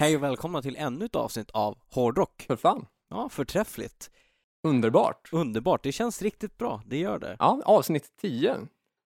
Hej och välkomna till ännu ett avsnitt av Hårdrock. För fan. Ja, förträffligt. Underbart. Underbart, det känns riktigt bra, det gör det. Ja, avsnitt 10.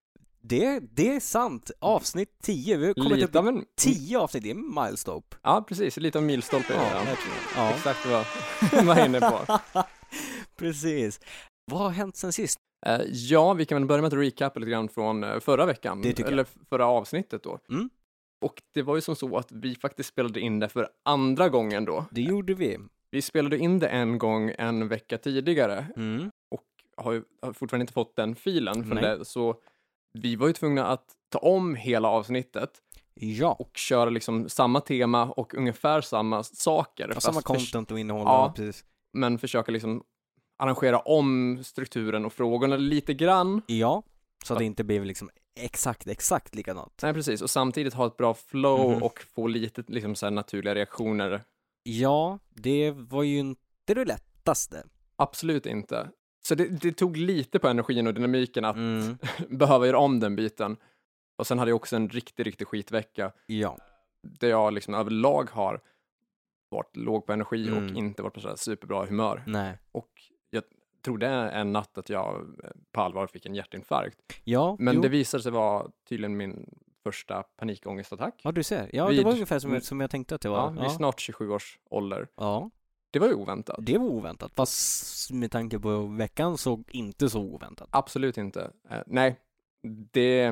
Det är sant, avsnitt 10. Vi har kommit upp i 10 avsnitt, det är en milestone. Ja, precis, lite av milstolpe. Ja. Exakt vad jag var inne på. Precis. Vad har hänt sen sist? Ja, vi kan väl börja med att recapa lite grann från förra veckan. Eller förra avsnittet då. Mm. Och det var ju som så att vi faktiskt spelade in det för andra gången då. Det gjorde vi. Vi spelade in det en gång en vecka tidigare. Mm. Och har fortfarande inte fått den filen från det. Så vi var ju tvungna att ta om hela avsnittet. Ja. Och köra liksom samma tema och ungefär samma saker. Och samma content och innehåll. Ja, precis. Men försöka liksom arrangera om strukturen och frågorna lite grann. Ja, så att det inte blir liksom exakt likadant. Nej, precis. Och samtidigt ha ett bra flow och få lite liksom så här naturliga reaktioner. Ja, det var ju inte det lättaste. Absolut inte. Så det tog lite på energin och dynamiken att behöva göra om den biten. Och sen hade jag också en riktig skitvecka. Ja. Där jag liksom överlag har varit låg på energi och inte varit på så här superbra humör. Nej. Och jag trodde en natt att jag på allvar fick en hjärtinfarkt. Ja. Men det visade sig vara tydligen min första panikångestattack. Ja, du ser. Ja, det var ungefär som jag tänkte att det var. Ja, vid snart 27 års ålder. Ja. Det var ju oväntat. Det var oväntat, fast med tanke på veckan så inte så oväntat. Absolut inte. Nej, det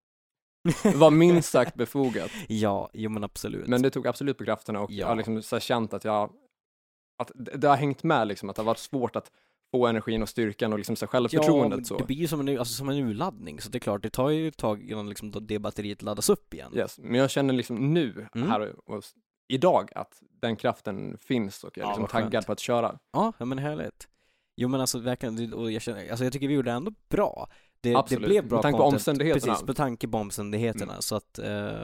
var minst sagt befogat. Ja, jo men absolut. Men det tog absolut på krafterna och jag har liksom så känt att det har hängt med liksom, att det har varit svårt att få energin och styrkan och liksom så självförtroendet. Ja, så. Det blir ju som en urladdning, så det är klart, det tar ju ett tag innan liksom det batteriet laddas upp igen. Yes. Men jag känner liksom nu, här och idag, att den kraften finns och jag är liksom taggad på att köra. Ja, men härligt. Jo men alltså verkligen, och jag tycker vi gjorde det ändå bra. Det blev bra med tanke på omständigheterna. Precis, med tanke på omständigheterna. Så att,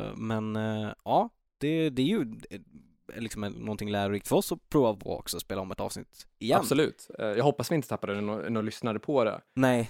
ja, det är ju liksom någonting lärorikt för oss att prova på också, spela om ett avsnitt igen. Absolut. Jag hoppas vi inte tappade några lyssnare på det. Nej,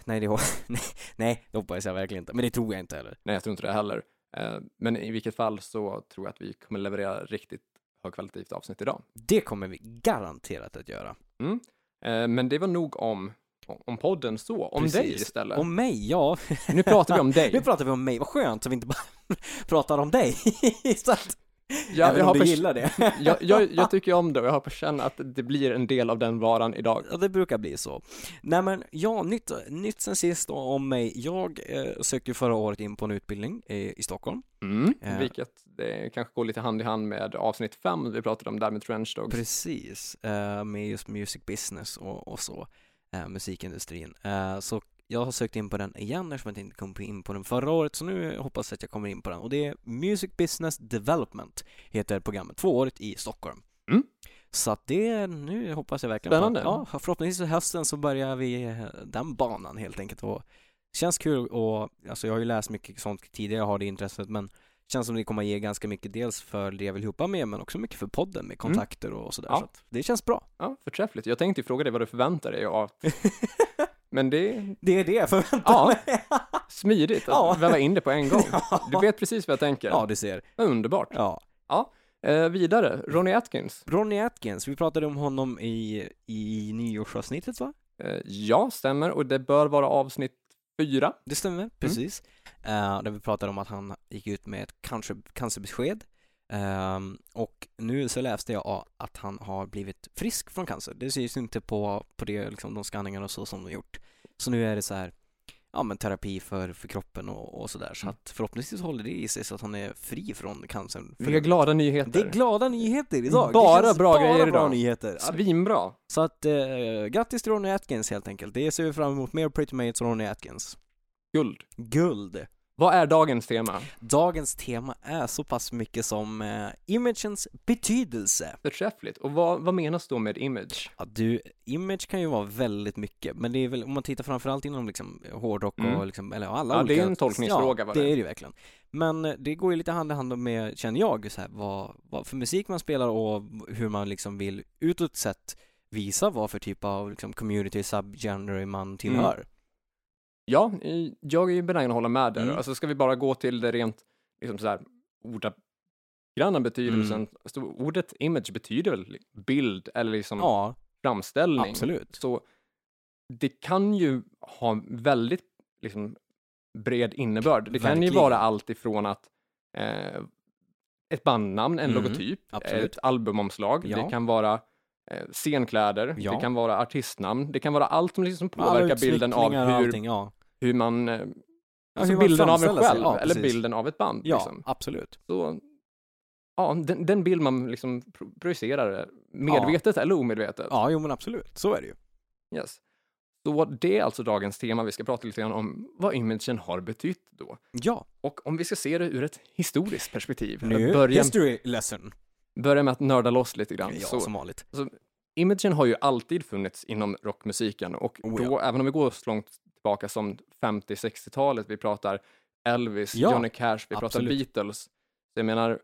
det hoppas jag verkligen inte. Men det tror jag inte heller. Nej, jag tror inte det heller. Men i vilket fall så tror jag att vi kommer leverera riktigt högkvalitativt avsnitt idag. Det kommer vi garanterat att göra. Men det var nog om podden så. Om dig istället. Om mig, ja. Nu pratar vi om dig. Nu pratar vi om mig. Vad skönt så vi inte bara pratar om dig. Så att, jag om du gillar det. jag tycker om det och jag har på känn att det blir en del av den varan idag. Ja, det brukar bli så. Nej men, ja, nytt sen sist om mig. Jag sökte förra året in på en utbildning i Stockholm. Vilket det kanske går lite hand i hand med avsnitt 5 vi pratade om där med Trench Dogs. Precis, med just music business och så, musikindustrin. Så jag har sökt in på den igen eftersom jag inte kom in på den förra året, så nu hoppas jag att jag kommer in på den. Och det är Music Business Development heter programmet, 2-årigt i Stockholm. Så att nu hoppas jag verkligen spännande. Ja, förhoppningsvis hösten så börjar vi den banan helt enkelt. Och känns kul, och alltså jag har ju läst mycket sånt tidigare, jag har det intresset, men känns som det kommer ge ganska mycket, dels för det jag vill hoppa med, men också mycket för podden med kontakter och sådär. Så att det känns bra. Ja, förträffligt. Jag tänkte ju fråga dig vad du förväntar dig av. Men det är det jag förväntar mig. Smidigt att väva in det på en gång. Du vet precis vad jag tänker. Ja, du ser. Underbart. Ja. Vidare, Ronny Atkins. Vi pratade om honom i nyårsavsnittet, va? Ja, stämmer. Och det bör vara avsnitt 4. Det stämmer, precis. Där vi pratade om att han gick ut med ett cancerbesked. Och nu så läste jag att han har blivit frisk från cancer. Det syns inte på det, liksom, de skanningarna och så som de gjort. Så nu är det så här, men terapi för kroppen och sådär. Så att förhoppningsvis håller det i sig så att han är fri från cancern. Det är glada nyheter. Det är glada nyheter idag. Bara bra grejer idag. Nyheter. Svinbra. Så att grattis till Ronny Atkins helt enkelt. Det ser vi fram emot, mer Pretty Mates och Ronny Atkins. Guld. Vad är dagens tema? Dagens tema är så pass mycket som imagens betydelse. Förträffligt. Och vad menas då med image? Ja, image kan ju vara väldigt mycket, men det är väl, om man tittar framförallt inom liksom hårdrock och liksom, eller alla olika. Det är en tolkningsfråga. Ja, det är det ju verkligen. Men det går ju lite hand i hand med, känner jag, så här, vad för musik man spelar och hur man liksom vill utåt sett visa vad för typ av liksom, community subgenre man tillhör. Ja, jag är ju benägen att hålla med där. Alltså ska vi bara gå till det rent liksom så här granna betydelsen. Så ordet image betyder väl bild eller liksom framställning. Absolut. Så det kan ju ha väldigt liksom bred innebörd. Det kan ju vara allt ifrån att ett bandnamn, en logotyp, ett albumomslag. Det kan vara scenkläder, det kan vara artistnamn, det kan vara allt som liksom påverkar bilden av hur man alltså bilden av en själv eller bilden av ett band. Ja, liksom. absolut. Så, den bild man liksom projicerar medvetet eller omedvetet. Ja, jo men absolut, så är det ju. Yes. Så det är alltså dagens tema. Vi ska prata lite grann om vad imagen har betytt då. Ja. Och om vi ska se det ur ett historiskt perspektiv. History lesson. Börja med att nörda loss lite grann. Ja, som vanligt. Så, imagen har ju alltid funnits inom rockmusiken. Och då, även om vi går så långt tillbaka som 50-60-talet, vi pratar Elvis, Johnny Cash, vi pratar Beatles. Så jag menar,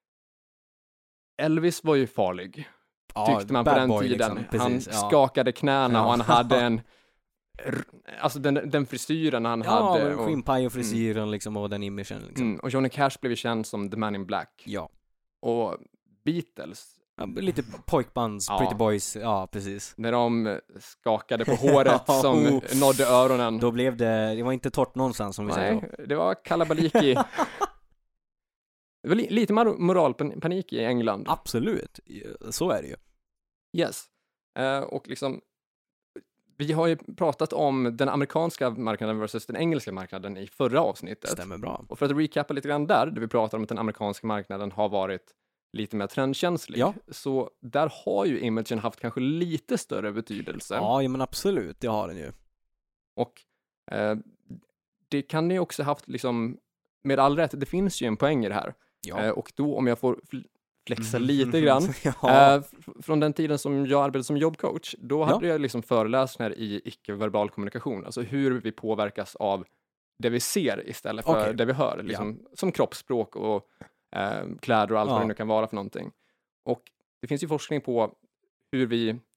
Elvis var ju farlig. Tyckte man på den tiden. Liksom. Han skakade knäna och han hade en alltså den frisyren han hade. Ja, skinnpaj och frisyren liksom, och den imagen. Liksom. Och Johnny Cash blev ju känd som The Man in Black. Ja. Och Beatles. Lite pojkbands, Pretty Boys, precis. När de skakade på håret som nådde öronen. Då blev det var inte torrt någonstans som vi säger så. Det var kalabaliki. Det var lite moralpanik i England. Absolut, så är det ju. Yes. Och liksom, vi har ju pratat om den amerikanska marknaden versus den engelska marknaden i förra avsnittet. Stämmer bra. Och för att recappa lite grann där vi pratar om att den amerikanska marknaden har varit lite mer trendkänslig. Ja. Så där har ju imagen haft kanske lite större betydelse. Ja, men absolut, det har den ju. Och det kan ju också haft liksom, med all rätt, det finns ju en poäng i det här. Ja. Och då, om jag får flexa lite grann, från den tiden som jag arbetade som jobbcoach, då hade jag liksom föreläsningar i icke-verbal kommunikation, alltså hur vi påverkas av det vi ser istället för det vi hör, liksom, som kroppsspråk och kläder och allt vad det nu kan vara för någonting. Och det finns ju forskning på hur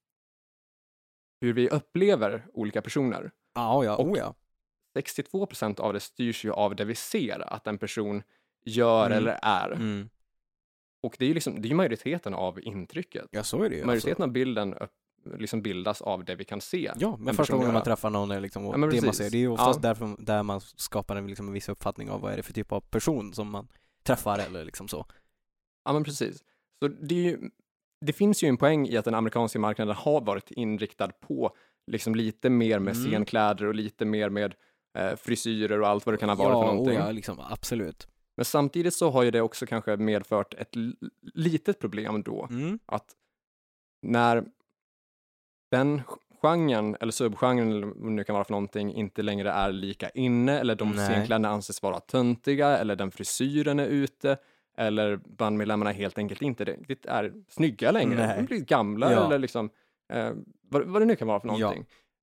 vi upplever olika personer. Och 62% av det styrs ju av det vi ser att en person gör eller är. Och det är ju liksom, det är majoriteten av intrycket. Ja, så är det ju. Majoriteten av bilden liksom bildas av det vi kan se. Ja, men första gången man träffar någon är liksom, och det man ser, det är ju oftast där man skapar en viss uppfattning av vad är det för typ av person som man träffar eller liksom så. Ja, men precis. Så det finns ju en poäng i att den amerikanska marknaden har varit inriktad på liksom lite mer med scenkläder och lite mer med frisyrer och allt vad det kan ha varit för någonting. Ja, liksom, absolut. Men samtidigt så har ju det också kanske medfört ett litet problem då. Att när den genren eller subgenren eller vad det nu kan vara för någonting inte längre är lika inne, eller de scenkläderna anses vara töntiga, eller den frisyren är ute, eller bandmedlemmarna helt enkelt inte riktigt är snygga längre. De blir gamla eller liksom vad det nu kan vara för någonting.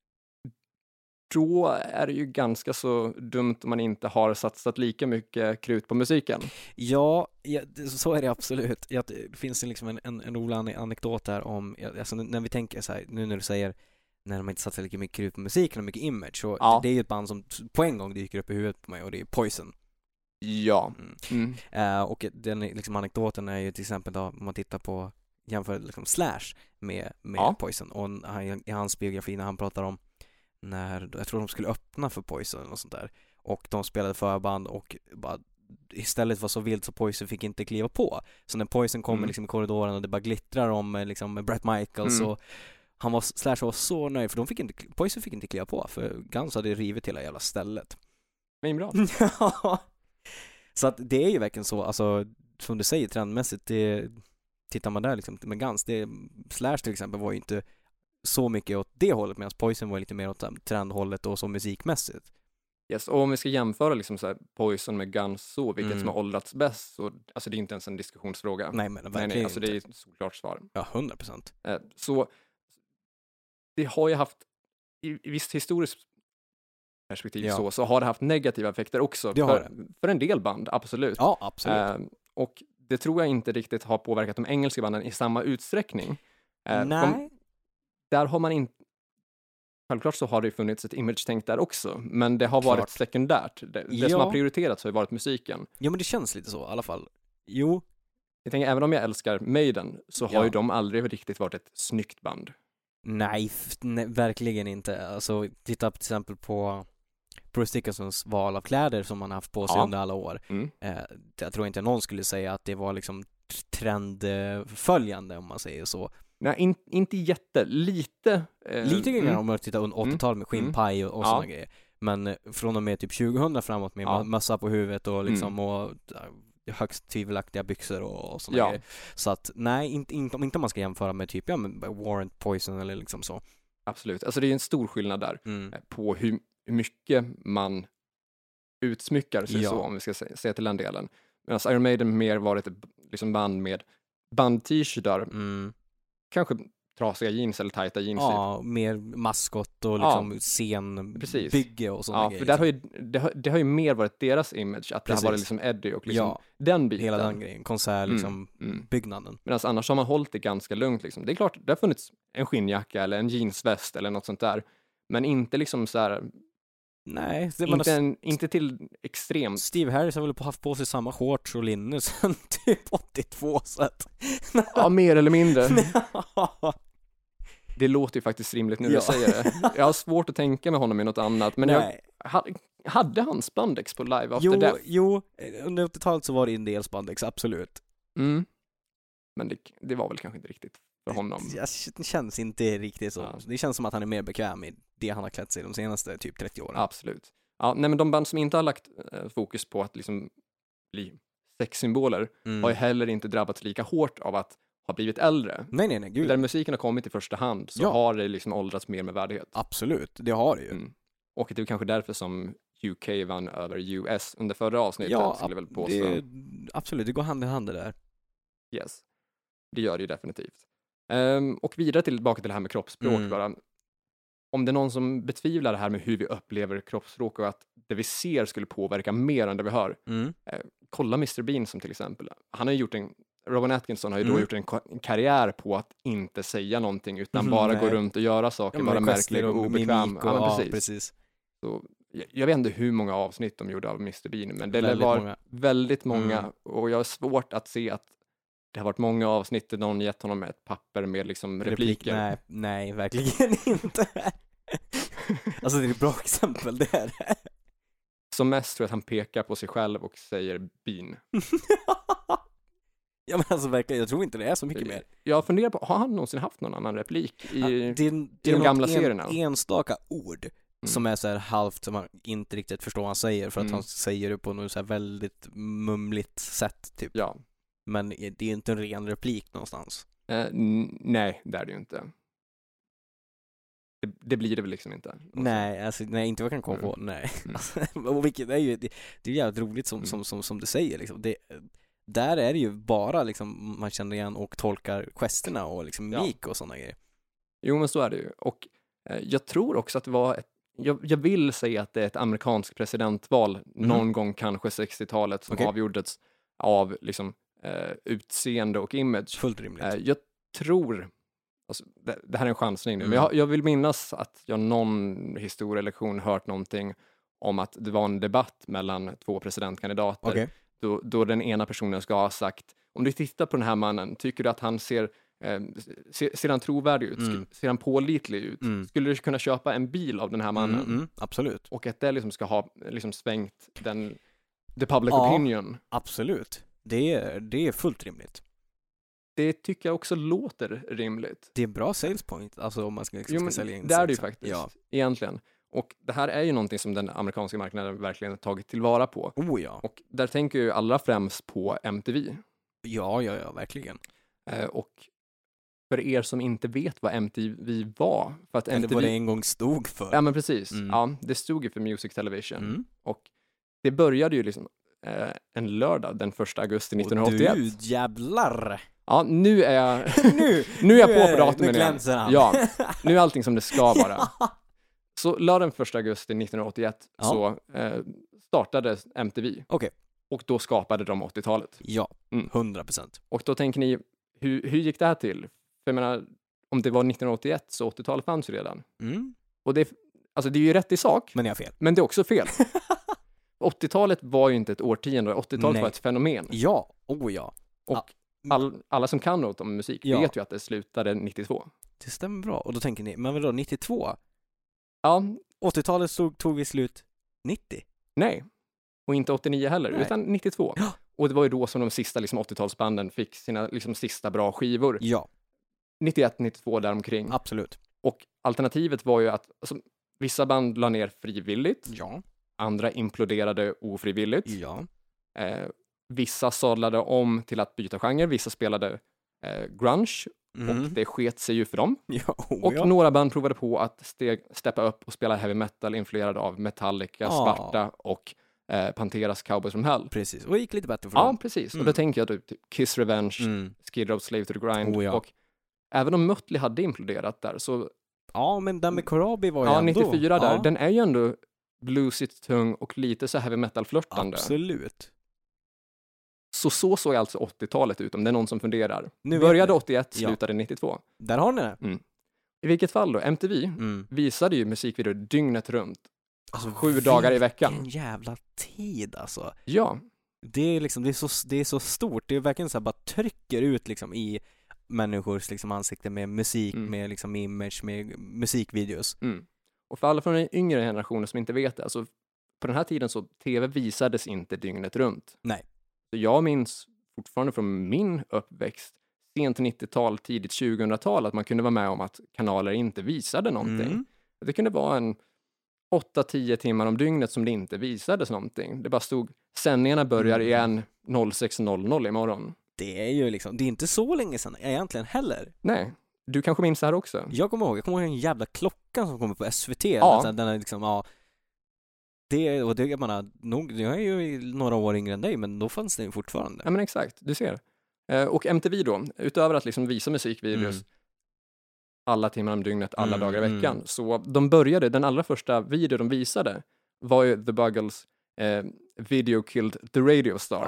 Då är det ju ganska så dumt om man inte har satsat lika mycket krut på musiken. Ja, så är det absolut. Det finns liksom en rolig anekdot där om, alltså när vi tänker så här, nu när du säger när man inte satsar lika mycket krut på musiken och mycket image, så det är ju ett band som på en gång dyker upp i huvudet på mig, och det är Poison. Ja. Och den liksom anekdoten är ju till exempel då, om man tittar på, jämför liksom Slash med Poison, och i hans biografi när han pratar om när, jag tror de skulle öppna för Poison och sånt där, och de spelade förband och bara istället var så vilt så Poison fick inte kliva på. Så när Poison kommer liksom i korridoren och det bara glittrar om liksom Bret Michaels, och Slash var så nöjd för Poison fick inte kliva på för Guns hade rivit hela jävla stället. Men bra. Så att det är ju verkligen så, alltså som du säger trendmässigt, tittar man där liksom med Guns, Slash till exempel var ju inte så mycket åt det hållet, medan Poison var lite mer åt trendhållet och så musikmässigt. Yes, och om vi ska jämföra liksom så här Poison med Guns så, vilket som har åldrats bäst, så alltså det är inte ens en diskussionsfråga. Nej, men verkligen alltså det är ett såklart svar. Ja, 100%. Så det har ju haft i visst historiskt perspektiv så har det haft negativa effekter också för en del band, absolut. Ja, absolut. Och det tror jag inte riktigt har påverkat de engelska banden i samma utsträckning. Nej. Där har man inte, självklart så har det funnits ett image-tänk där också, men det har varit sekundärt. Det som har prioriterats har ju varit musiken. Ja, men det känns lite så i alla fall. Jo, Jag tänker, även om jag älskar Maiden så har Ja. ju de aldrig riktigt varit ett snyggt band. Nej, verkligen inte. Alltså, titta till exempel på Bruce Dickinsons val av kläder som han haft på sig under alla år. Jag tror inte någon skulle säga att det var liksom trendföljande, om man säger så. Nej, inte jätte. Lite grann om man tittar under 80-talet med skinnpaj och sådana grejer. Men från och med typ 2000 framåt med mössa på huvudet och liksom och högst tvivelaktiga byxor och sådana grejer. Så att nej, inte om man ska jämföra med typ med Warrant Poison eller liksom så. Absolut. Alltså det är en stor skillnad där på hur mycket man utsmyckar sig så, om vi ska säga till den delen. Medan Iron Maiden mer varit ett liksom band med band-t-shirtar. Kanske trasiga jeans eller tajta jeans. Ja, mer maskot och liksom scenbygge och sådana grejer. För där har ju, det har ju mer varit deras image, att det har varit liksom Eddie och liksom den biten. Hela den grejen, konsert, liksom byggnaden. Medan annars har man hållit det ganska lugnt liksom. Det är klart, det har funnits en skinnjacka eller en jeansväst eller något sånt där. Men inte liksom så här. Nej, inte till extremt. Steve Harris har väl haft på sig samma shorts och linne sen typ 82 så att... Ja, mer eller mindre. Det låter ju faktiskt rimligt nu jag säger det. Jag har svårt att tänka med honom i något annat. Men hade han spandex på Live After Death? Jo, under 80-talet så var det en del spandex, absolut. Men det var väl kanske inte riktigt för honom. Det känns inte riktigt så. Det känns som att han är mer bekväm i det han har klätt sig de senaste typ 30 åren. Absolut. Ja, nej, men de band som inte har lagt fokus på att liksom bli sexsymboler har ju heller inte drabbats lika hårt av att ha blivit äldre. Nej, gud. Där musiken har kommit i första hand så har det liksom åldrats mer med värdighet. Absolut, det har det ju. Och det är kanske därför som UK vann över US under förra avsnittet. Skulle väl påstå. Absolut, det går hand i hand det där. Yes, det gör det ju definitivt. Och vidare tillbaka till det här med kroppsspråk bara. Om det är någon som betvivlar det här med hur vi upplever kroppsspråk och att det vi ser skulle påverka mer än det vi hör. Kolla Mr. Bean som till exempel. Han har ju gjort Rowan Atkinson har ju då gjort en karriär på att inte säga någonting utan bara gå runt och göra saker, vara märklig och obekväm. Precis. Så, jag vet inte hur många avsnitt de gjorde av Mr. Bean, men det var väldigt många och jag har svårt att se att det har varit många avsnitt där någon gett honom ett papper med liksom repliker. Nej, verkligen inte. Alltså det är ett bra exempel det här. Som mest tror jag att han pekar på sig själv och säger Bean. Ja men alltså verkligen, jag tror inte det är så mycket mer. Jag funderar på, har han någonsin haft någon annan replik i de gamla serierna? Det är enstaka ord som är så här halvt som man inte riktigt förstår vad han säger för att han säger det på något så här väldigt mumligt sätt typ. Ja. Men det är inte en ren replik någonstans. Nej, det är det ju inte. Det blir det väl liksom inte. Nej, inte vad jag kan komma på. Nej. Och vilket är ju, det är jävligt roligt som du säger liksom. Där är det ju bara liksom man känner igen och tolkar gesterna och liksom mimik och sådana grejer. Jo, men så är det ju. Och jag tror också att det var jag vill säga att det är ett amerikanskt presidentval någon gång kanske 60-talet som avgjordes av liksom utseende och image. Fullt rimligt. Jag tror alltså, det här är en chansning nu, men jag vill minnas att jag någon historielektion hört någonting om att det var en debatt mellan två presidentkandidater. Då den ena personen ska ha sagt, om du tittar på den här mannen, tycker du att han ser han trovärdig ut? Ser han pålitlig ut? Skulle du kunna köpa en bil av den här mannen? Absolut. Och att det liksom ska ha liksom svängt the public opinion. Absolut. Det är fullt rimligt. Det tycker jag också låter rimligt. Det är bra sales point, alltså om man ska sälja in. Det är det ju faktiskt, egentligen. Och det här är ju någonting som den amerikanska marknaden verkligen har tagit tillvara på. Och där tänker jag allra främst på MTV. Ja, verkligen. Och för er som inte vet vad MTV var. För att eller vad det en gång stod för. Ja, men precis. Ja, det stod ju för Music Television. Och det började ju liksom en lördag den 1 augusti 1981. Och du jävlar! Ja, nu är jag nu är jag på datumen igen. Ja, nu är allting som det ska vara. Så lördagen 1 augusti 1981 så startade MTV. Och då skapade de 80-talet. Ja, 100%. Och då tänker ni, hur gick det här till? För jag menar, om det var 1981 så 80-talet fanns ju redan. Och det är ju rätt i sak. Men jag har fel. Men det är också fel. 80-talet var ju inte ett årtionde, 80-talet var ett fenomen. Ja, Och alla som kan något om musik vet ju att det slutade 92. Det stämmer bra. Och då tänker ni, men vadå, 92? Ja. 80-talet tog vi slut 90? Nej. Och inte 89 heller, utan 92. Ja. Och det var ju då som de sista liksom, 80-talsbanden fick sina liksom, sista bra skivor. Ja. 91, 92 däromkring. Absolut. Och alternativet var ju att alltså, vissa band la ner frivilligt. Ja. Andra imploderade ofrivilligt. Ja. Vissa sadlade om till att byta genre. Vissa spelade grunge. Och det sket sig ju för dem. Och några band provade på att steppa upp och spela heavy metal influerad av Metallica, Sparta och Panteras Cowboys from Hell. Precis, och gick lite bättre för dem. Ja, precis. Och då tänker jag typ Kiss Revenge, Skid Row, Slave to the Grind. Och även om Mötley hade imploderat där så... Ja, men den med Corabi var ju ändå... 94 där, den är ju ändå bluesigt tung och lite så heavy metal-flörtande. Absolut. Så såg alltså 80-talet ut, om det är någon som funderar. Nu började 81, slutade 92. Där har ni det. I vilket fall då, MTV visade ju musikvideor dygnet runt. Alltså, 7 dagar i veckan. Vilken jävla tid alltså. Ja. Det är liksom, det är så stort. Det är verkligen så här, bara trycker ut liksom i människors liksom ansikte med musik, med liksom image, med musikvideos. Och för alla från den yngre generationen som inte vet det, alltså på den här tiden så tv visades inte dygnet runt. Nej. Så jag minns fortfarande från min uppväxt, sent 90-tal, tidigt 2000-tal, att man kunde vara med om att kanaler inte visade någonting. Det kunde vara en 8-10 timmar om dygnet som det inte visades någonting. Det bara stod, sändningarna börjar igen 06:00 imorgon. Det är ju liksom, det är inte så länge sedan egentligen heller. Nej, du kanske minns det här också? Jag kommer ihåg en jävla klocka som kommer på SVT. Ja. Den är liksom, det är ju några år yngre än dig, men då fanns det ju fortfarande. Ja, men exakt, du ser. Och MTV då, utöver att liksom visa musikvideos alla timmar om dygnet, alla dagar i veckan, så de började, den allra första video de visade var ju The Buggles Video Killed the Radio Star.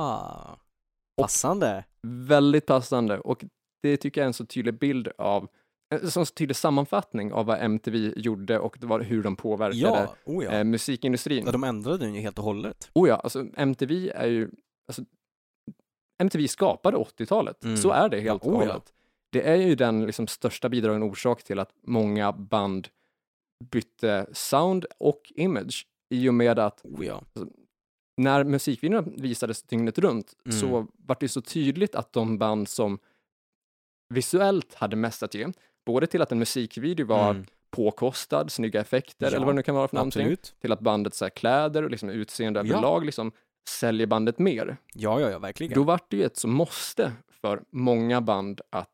Passande. Väldigt passande, och det tycker jag är en så tydlig bild av, en så tydlig sammanfattning av vad MTV gjorde och hur de påverkade musikindustrin. Ja, de ändrade den ju helt och hållet. Alltså MTV är ju, alltså, MTV skapade 80-talet. Så är det helt och hållet. Det är ju den liksom största bidragande orsak till att många band bytte sound och image, i och med att alltså, när musikvideorna visades dygnet runt så var det så tydligt att de band som visuellt hade mest att ge, både till att en musikvideo var påkostad, snygga effekter eller vad det nu kan vara för någonting, till att bandet så här, kläder och liksom utseende överlag liksom säljer bandet mer. Ja, verkligen. Då var det ju ett som måste för många band att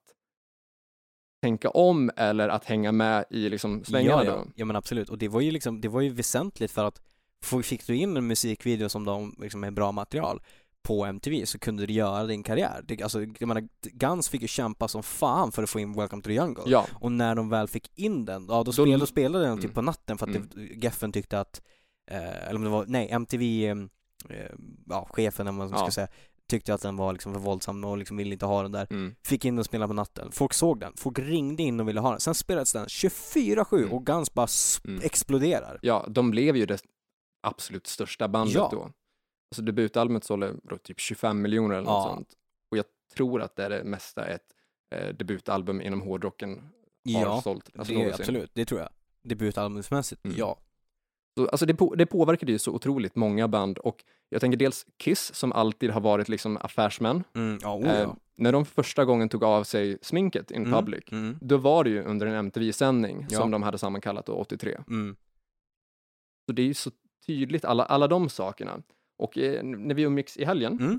tänka om eller att hänga med i liksom svängarna. Ja, men absolut. Och det var ju liksom, det var ju väsentligt, för att fick du in en musikvideo som de liksom är bra material på MTV, så kunde du göra din karriär. Alltså, jag menar, Guns fick ju kämpa som fan för att få in Welcome to the Jungle. Ja. Och när de väl fick in den, då spelade den typ på natten, för att Geffen tyckte att eller om det var, MTV chefen, eller vad man ska säga, tyckte att den var liksom för våldsam och liksom ville inte ha den där. Fick in den och spela på natten. Folk såg den. Folk ringde in och ville ha den. Sen spelades den 24/7 och Guns bara exploderar. Ja, de blev ju det absolut största bandet då. Alltså debutalbumet sålde typ 25 miljoner eller något sånt. Och jag tror att det är det mesta ett debutalbum inom hårdrocken har sålt. Alltså det absolut. Det tror jag. Debutalbumsmässigt, ja. Så, alltså det påverkade ju så otroligt många band, och jag tänker dels Kiss, som alltid har varit liksom affärsmän. När de första gången tog av sig sminket in public, då var det ju under en MTV-sändning som de hade sammankallat då, 83. Så det är ju så tydligt, alla de sakerna. Och när vi umgicks i helgen,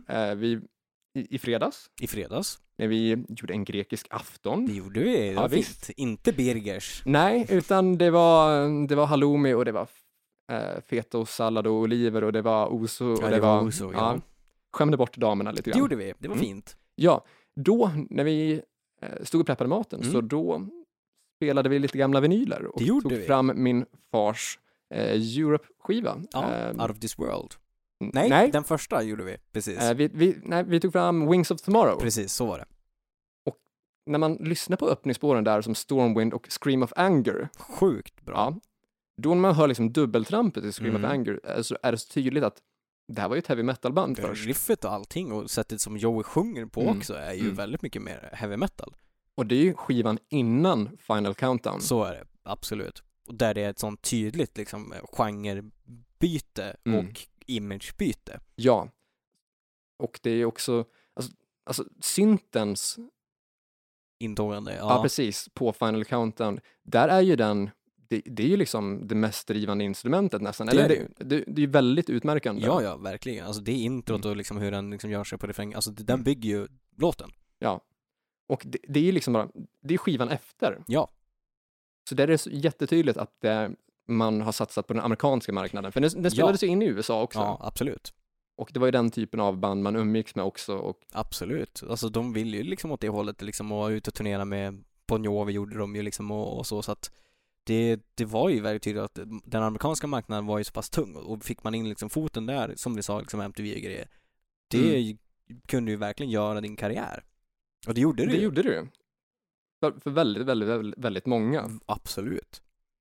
i fredags. När vi gjorde en grekisk afton. Det gjorde vi, det var fint. Inte Birgers. Nej, utan det var halloumi och det var fetosallad och oliver och det var oso. Och det var oso, skämde bort damerna lite grann. Det gjorde vi, det var fint. Ja, då när vi stod och preppade maten, så då spelade vi lite gamla vinyler och tog fram min fars Europe-skiva. Out of this world. Nej, den första gjorde vi, precis. Vi tog fram Wings of Tomorrow. Precis, så var det. Och när man lyssnar på öppningsspåren där som Stormwind och Scream of Anger. Sjukt bra. Ja, då när man hör liksom dubbeltrampet i Scream of Anger, så är det så tydligt att det här var ju ett heavy metal-band först. Riffet och allting och sättet som Joey sjunger på också är ju väldigt mycket mer heavy metal. Och det är ju skivan innan Final Countdown. Så är det, absolut. Och där det är ett sånt tydligt liksom genrebyte och imagebyte. Ja. Och det är också alltså syntens intågande. Ja, precis. På Final Countdown. Där är ju det är ju liksom det mest drivande instrumentet nästan. Eller det är ju väldigt utmärkande. Ja, verkligen. Alltså det är introt och liksom hur den liksom gör sig på refräng. Alltså den bygger ju låten. Ja. Och det är ju liksom bara, det är skivan efter. Ja. Så där är det så jättetydligt att man har satsat på den amerikanska marknaden. För den spelades ju in i USA också. Ja, absolut. Och det var ju den typen av band man umgicks med också. Och... Absolut. Alltså de vill ju liksom åt det hållet liksom och ut och turnera med Bon Jovi gjorde de ju liksom och så att det var ju väldigt tydligt att den amerikanska marknaden var ju så pass tung och fick man in liksom foten där som vi sa liksom MTV-grejer. Det kunde ju verkligen göra din karriär. Och det gjorde det. Det gjorde det. För väldigt, väldigt, väldigt, väldigt många. Absolut.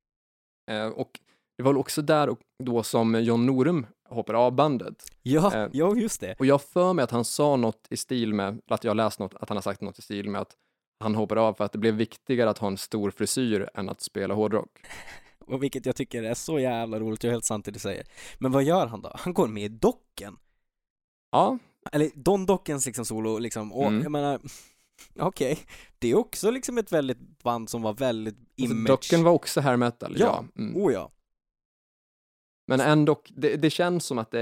Och det var också där då som John Norum hoppade av bandet. Ja, just det. Och jag för mig att han sa något i stil med, att jag läst något, att han har sagt något i stil med att han hoppade av för att det blev viktigare att ha en stor frisyr än att spela hårdrock. Och vilket jag tycker är så jävla roligt, jag är helt sant det du säger. Men vad gör han då? Han går med i Docken. Ja. Eller Don Dockens liksom solo liksom. Och jag menar, okej. Det är också liksom ett väldigt band som var väldigt image. Docken var också hair metal, ja. Ja. Men ändå, det känns som att det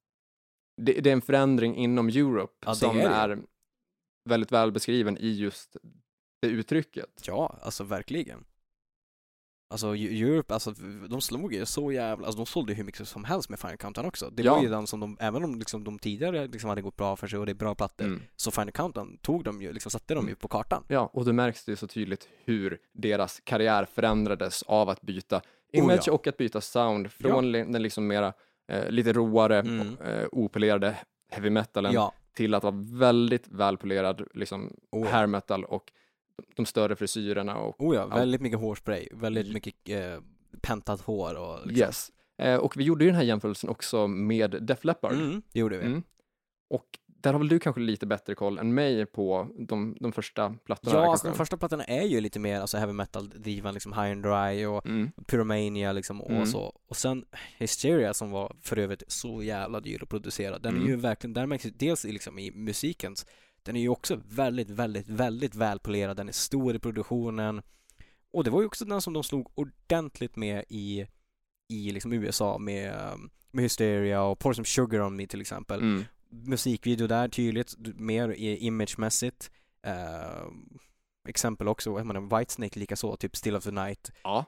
är en förändring inom Europe som är väldigt väl beskriven i just det uttrycket. Ja, alltså verkligen. Alltså Europe, alltså de slog ju så jävla, alltså de sålde hur mycket som helst med Final Countdown också. Det var ju den som även om liksom de tidigare liksom hade gått bra för sig och det är bra plattor, så Final Countdown tog de ju, liksom satte de ju på kartan. Ja, och det märks det så tydligt hur deras karriär förändrades av att byta image och att byta sound från den liksom mera lite råare opolerade heavy metalen till att vara väldigt välpolerad liksom hair metal och de större frisyrerna och väldigt mycket hårspray, väldigt mycket pentat hår och liksom. Yes. Och vi gjorde ju den här jämförelsen också med Def Leppard. Det gjorde vi. Och där har väl du kanske lite bättre koll än mig på de första plattorna. Ja, alltså de första plattorna är ju lite mer alltså heavy metal driven liksom High and Dry och Pyromania liksom och så. Och sen Hysteria som var för övrigt så jävla dyr att producera. Den är ju verkligen, där märks dels liksom i musikens. Den är ju också väldigt, väldigt, väldigt välpolerad. Den är stor i produktionen. Och det var ju också den som de slog ordentligt med i liksom USA med Hysteria och Pour Some Sugar On Me till exempel. Musikvideo där tydligt, mer imagemässigt. Exempel också, jag menar, Whitesnake lika så, typ Still of the Night. Ja.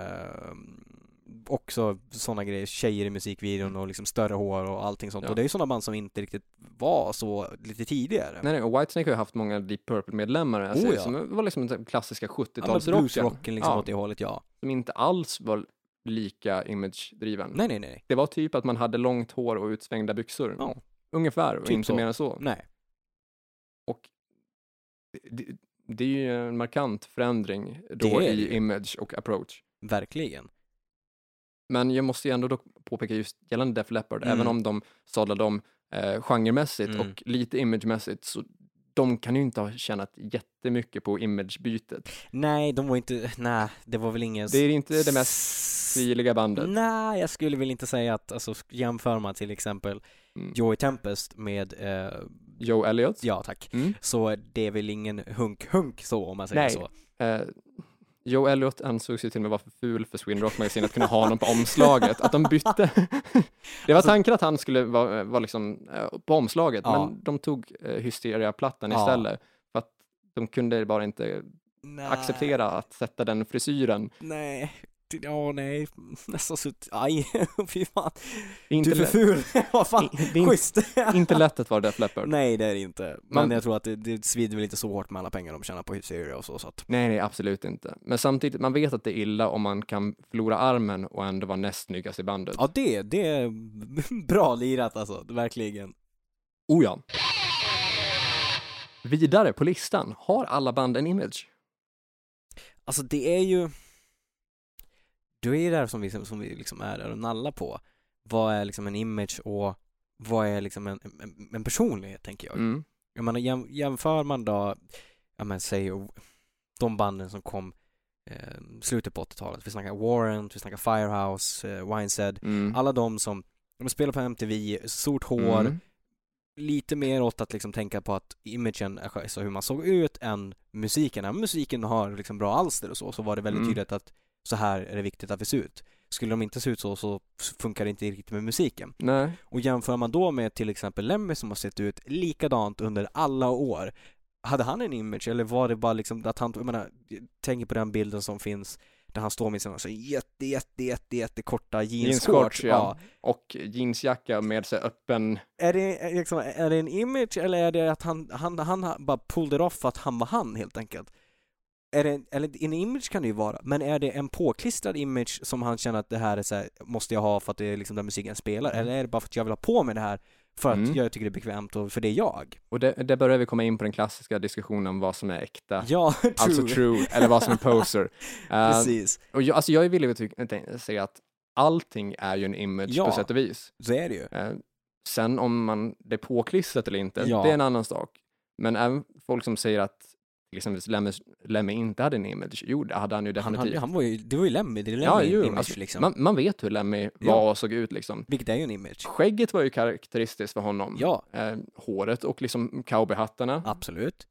Också sådana grejer, tjejer i musikvideon och liksom större hår och allting sånt. Och det är ju sådana band som inte riktigt var så lite tidigare. Nej, och Whitesnake har ju haft många Deep Purple-medlemmar som var liksom den klassiska 70-talsrocken. Bluesrocken liksom åt det hållet, som inte alls var lika image-driven. Nej. Det var typ att man hade långt hår och utsvängda byxor. Ja. Ungefär, och typ inte mer än så. Nej. Och det är ju en markant förändring då i image och approach. Verkligen. Men jag måste ju ändå då påpeka just gällande Def Leppard, även om de sadlade om genremässigt och lite imagemässigt, så de kan ju inte ha tjänat jättemycket på imagebytet. Nej, det var väl ingen... Det är inte det mest stiliga bandet. Nej, jag skulle väl inte säga att, alltså jämför man till exempel Joey Tempest med Joe Elliott. Ja, tack. Så det är väl ingen hunk så, om man säger så. Joe Elliott ansågs ju till och med vara för ful för Sweden Rock Magazine att kunna ha honom på omslaget. Att de bytte. Det var tanken att han skulle vara liksom på omslaget, men de tog Hysteria-plattan istället. För att de kunde bara inte acceptera att sätta den frisyren. Nej. Nästan så aj, fy fan. Inte du är för ful. Vad fan, schysst. Inte lätt att vara Def Leppard. Nej, det är det inte. Men jag tror att det svider väl inte så hårt med alla pengar de tjänar på Hysteria och så att. Nej, absolut inte. Men samtidigt, man vet att det är illa om man kan förlora armen och ändå vara näst snyggast i bandet. Ja, det är bra lirat alltså, verkligen. Oh ja. Vidare på listan, har alla band en image? Alltså det är ju... Du är där som vi liksom är där och nallar på. Vad är liksom en image och vad är liksom en personlighet, tänker jag. Jag menar, jämför man då, säg de banden som kom slutet på 80-talet. Vi snackar Warrant, vi snackar Firehouse, Wineshead. Alla de som spelar på MTV, stort hår, lite mer åt att liksom tänka på att imagen, alltså hur man såg ut, än musiken. Även musiken har liksom bra alster och så var det väldigt tydligt att så här är det viktigt att vi ser ut. Skulle de inte se ut så funkar det inte riktigt med musiken. Nej. Och jämför man då med till exempel Lemmy som har sett ut likadant under alla år. Hade han en image, eller var det bara liksom att han, jag menar, tänker på den bilden som finns där han står med sina så jätte korta jeansshorts, ja. Och jeansjacka med sig öppen. Är det en image, eller är det att han bara pulled it off för att han var han, helt enkelt? Eller en image kan det ju vara, men är det en påklistrad image som han känner att det här är så här, måste jag ha för att det är liksom den musiken spelar, eller är det bara för att jag vill ha på mig det här för att jag tycker det är bekvämt och för det är jag? Och det börjar vi komma in på den klassiska diskussionen om vad som är äkta, true. Alltså true, eller vad som är poser. Precis. Och jag är villig att säga att allting är ju en image på sätt och vis. Så är det ju. Sen om det är påklistrat eller inte, det är en annan sak. Men även folk som säger att till exempel Lemmy inte hade en image. Jo, det hade han ju definitivt. Det var ju Lemmy, det är Lemmy image alltså, liksom. Man vet hur Lemmy var och såg ut liksom. Vilket är ju en image. Skägget var ju karaktäristiskt för honom. Ja. Håret och liksom cowboyhattarna. Absolut.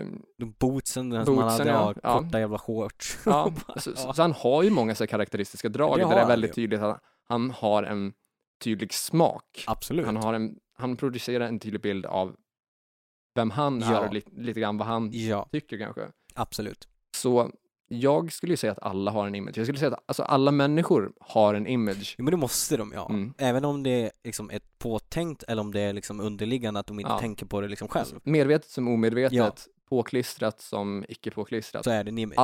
Bootsen som han hade, korta jävla shorts. Ja, så han har ju många så karaktäristiska drag där det är väldigt tydligt att han har en tydlig smak. Absolut. Han producerar en tydlig bild av vem han är och lite grann vad han tycker kanske. Absolut. Så jag skulle ju säga att alla har en image. Jag skulle säga att alltså, alla människor har en image. Jo, men det måste de, Även om det är liksom ett påtänkt eller om det är liksom underliggande att de inte tänker på det liksom själv. Medvetet som omedvetet, påklistrat som icke påklistrat. Så är det en image.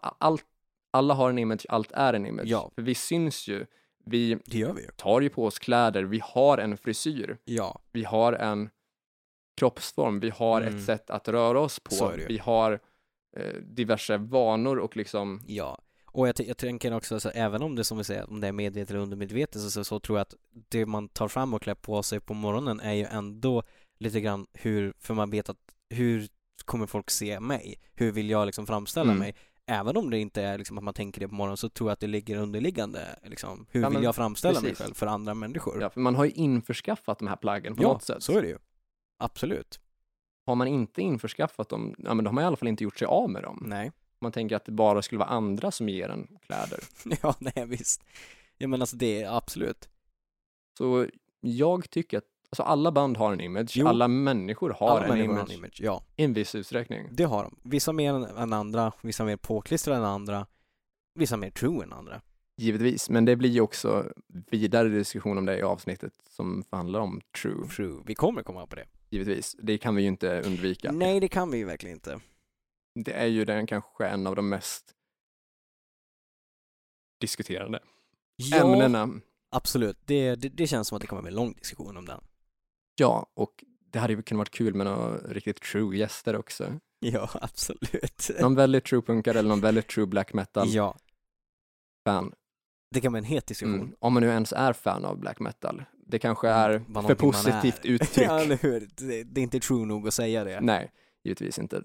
Alla har en image, allt är en image. Ja. För vi syns ju. Det gör vi ju. Tar ju på oss kläder, vi har en frisyr. Ja. Vi har en kroppsform, vi har ett sätt att röra oss på, vi har diverse vanor och liksom... Ja, och jag tänker också så, även om det som vi säger, om det är medvetet eller undermedvetet så tror jag att det man tar fram och klär på sig på morgonen är ju ändå lite grann för man vet att hur kommer folk se mig? Hur vill jag liksom framställa mig? Även om det inte är liksom att man tänker det på morgonen, så tror jag att det ligger underliggande liksom, hur vill jag framställa mig själv för andra människor? Ja, för man har ju införskaffat de här plaggen på något sätt. Ja, så är det ju. Absolut. Har man inte införskaffat dem, men då har man i alla fall inte gjort sig av med dem. Nej. Man tänker att det bara skulle vara andra som ger en kläder. Ja, nej visst. Ja, men alltså det är absolut. Så jag tycker att alltså alla band har en image. Jo. Alla människor har en image. Ja. I en viss utsträckning. Det har de. Vissa mer än andra, vissa mer påklistrade än andra, vissa mer true än andra. Givetvis, men det blir ju också vidare diskussion om det i avsnittet som handlar om true. Vi kommer komma på det. Givetvis, det kan vi ju inte undvika. Nej, det kan vi ju verkligen inte. Det är ju kanske en av de mest diskuterade ämnena. Absolut. Det känns som att det kommer bli en lång diskussion om den. Ja, och det hade ju kunnat varit kul med några riktigt true gäster också. Ja, absolut. Någon väldigt true punkare eller någon väldigt true black metal. Ja. Fan. Det kan vara en het diskussion. Om man nu ens är fan av black metal. Det kanske är för positivt uttryck. Ja, eller hur? Det är inte true nog att säga det. Nej, givetvis inte.